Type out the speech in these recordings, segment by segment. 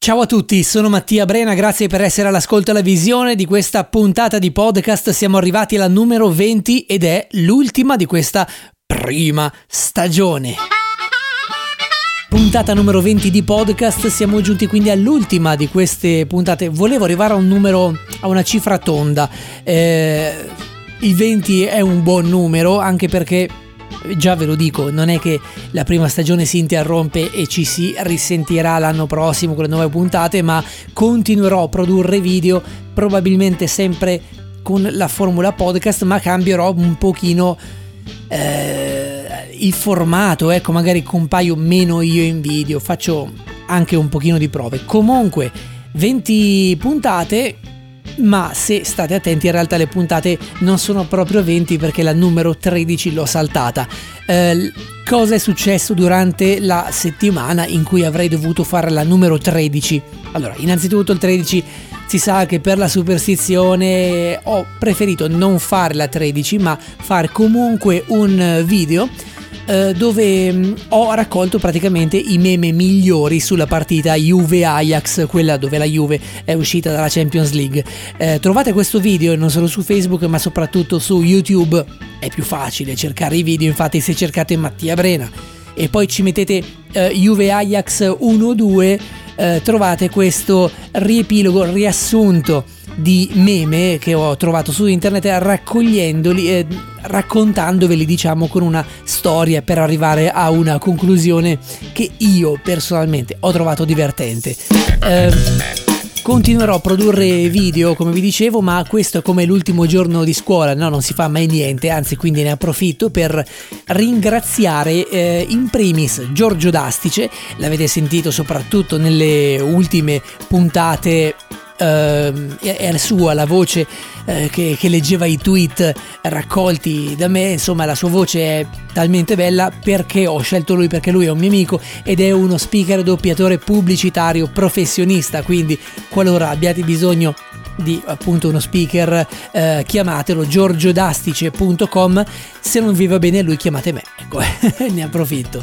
Ciao a tutti, sono Mattia Brena, grazie per essere all'ascolto e alla visione di questa puntata di podcast. Siamo arrivati alla numero 20 ed è l'ultima di questa prima stagione. Puntata numero 20 di podcast, siamo giunti quindi all'ultima di queste puntate. Volevo arrivare a una cifra tonda. Il 20 è un buon numero, anche perché già ve lo dico, non è che la prima stagione si interrompe e ci si risentirà l'anno prossimo con le nuove puntate, ma continuerò a produrre video, probabilmente sempre con la formula podcast, ma cambierò un pochino il formato, ecco, magari compaio meno io in video, faccio anche un pochino di prove. Comunque 20 puntate, ma se state attenti in realtà le puntate non sono proprio 20 perché la numero 13 l'ho saltata. Cosa è successo durante la settimana in cui avrei dovuto fare la numero 13? Allora, innanzitutto il 13 si sa che per la superstizione ho preferito non fare la 13 ma fare comunque un video dove ho raccolto praticamente i meme migliori sulla partita Juve-Ajax, quella dove la Juve è uscita dalla Champions League. Trovate questo video non solo su Facebook ma soprattutto su YouTube, è più facile cercare i video, infatti se cercate Mattia Brena e poi ci mettete Juve-Ajax 1-2 trovate questo riepilogo, riassunto di meme che ho trovato su internet, raccogliendoli, raccontandoveli, diciamo, con una storia per arrivare a una conclusione che io personalmente ho trovato divertente. Continuerò a produrre video, come vi dicevo, ma questo è come l'ultimo giorno di scuola, no? Non si fa mai niente, anzi, quindi ne approfitto per ringraziare in primis Giorgio Dastice. L'avete sentito soprattutto nelle ultime puntate. Era sua la voce che leggeva i tweet raccolti da me, insomma la sua voce è talmente bella perché ho scelto lui, perché lui è un mio amico ed è uno speaker doppiatore pubblicitario professionista, quindi qualora abbiate bisogno di appunto uno speaker chiamatelo, giorgiodastice.com. se non vi va bene lui chiamate me, ecco. Ne approfitto.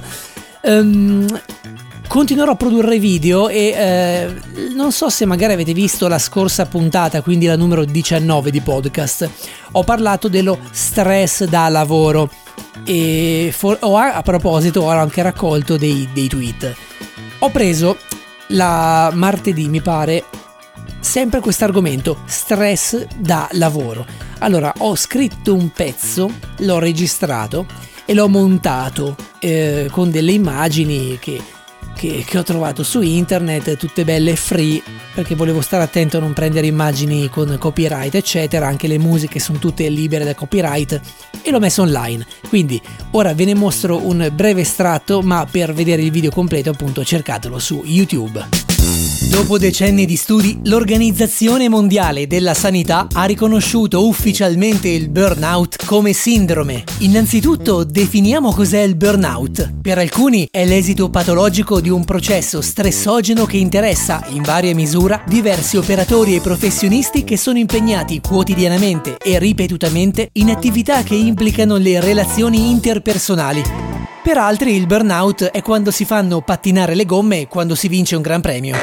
Continuerò a produrre video e non so se magari avete visto la scorsa puntata, quindi la numero 19 di podcast. Ho parlato dello stress da lavoro e a proposito ho anche raccolto dei tweet. Ho preso la martedì, mi pare, sempre questo argomento, stress da lavoro. Allora ho scritto un pezzo, l'ho registrato e l'ho montato con delle immagini che ho trovato su internet, tutte belle free, perché volevo stare attento a non prendere immagini con copyright eccetera. Anche le musiche sono tutte libere da copyright e l'ho messo online, quindi ora ve ne mostro un breve estratto, ma per vedere il video completo appunto cercatelo su YouTube. Dopo decenni di studi, l'Organizzazione Mondiale della Sanità ha riconosciuto ufficialmente il burnout come sindrome. Innanzitutto definiamo cos'è il burnout. Per alcuni è l'esito patologico di un processo stressogeno che interessa, in varia misura, diversi operatori e professionisti che sono impegnati quotidianamente e ripetutamente in attività che implicano le relazioni interpersonali. Per altri il burnout è quando si fanno pattinare le gomme e quando si vince un gran premio.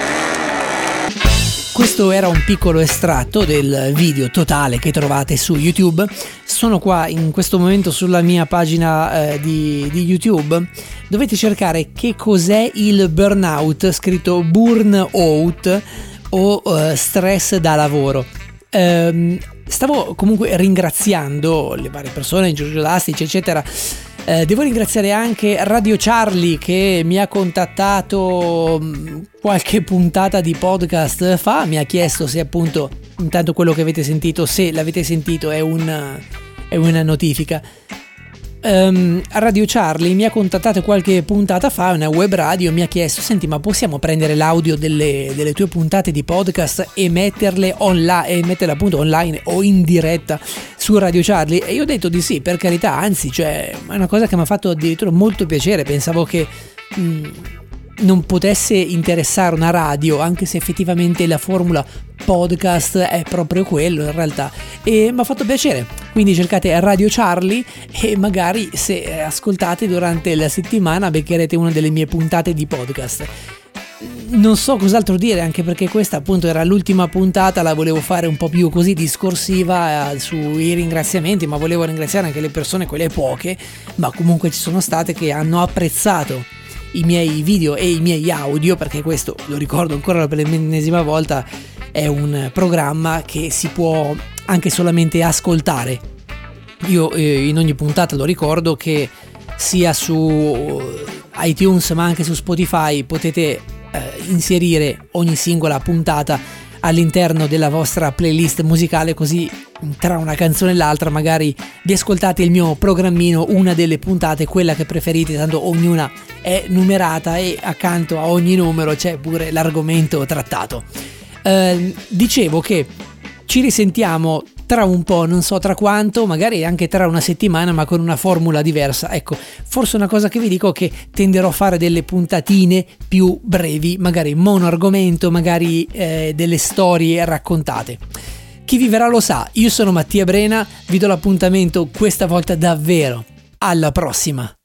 Questo era un piccolo estratto del video totale che trovate su YouTube. Sono qua in questo momento sulla mia pagina di YouTube. Dovete cercare che cos'è il burnout, scritto burnout o stress da lavoro. Stavo comunque ringraziando le varie persone, Giorgio Dastice eccetera. Devo ringraziare anche Radio Charlie che mi ha contattato qualche puntata di podcast fa, mi ha chiesto se appunto, intanto quello che avete sentito, se l'avete sentito è una notifica. Radio Charlie mi ha contattato qualche puntata fa, una web radio, mi ha chiesto: senti, ma possiamo prendere l'audio delle tue puntate di podcast e metterle online, e metterle appunto online o in diretta su Radio Charlie? E io ho detto di sì, per carità, anzi, cioè è una cosa che mi ha fatto addirittura molto piacere. Pensavo che non potesse interessare una radio, anche se effettivamente la formula podcast è proprio quello in realtà, e mi ha fatto piacere. Quindi cercate Radio Charlie e magari se ascoltate durante la settimana beccherete una delle mie puntate di podcast. non so cos'altro dire, anche perché questa appunto era l'ultima puntata, la volevo fare un po' più così discorsiva sui ringraziamenti, ma volevo ringraziare anche le persone, quelle poche, ma comunque ci sono state, che hanno apprezzato i miei video e i miei audio, perché questo, lo ricordo ancora per l'ennesima volta, è un programma che si può anche solamente ascoltare. Io in ogni puntata lo ricordo che sia su iTunes ma anche su Spotify potete inserire ogni singola puntata all'interno della vostra playlist musicale, così tra una canzone e l'altra magari vi ascoltate il mio programmino, una delle puntate, quella che preferite, tanto ognuna è numerata e accanto a ogni numero c'è pure l'argomento trattato. Dicevo che ci risentiamo tra un po', non so tra quanto, magari anche tra una settimana, ma con una formula diversa. Ecco, forse una cosa che vi dico è che tenderò a fare delle puntatine più brevi, magari mono argomento, magari delle storie raccontate. Chi vivrà lo sa. Io sono Mattia Brena, vi do l'appuntamento questa volta davvero. Alla prossima!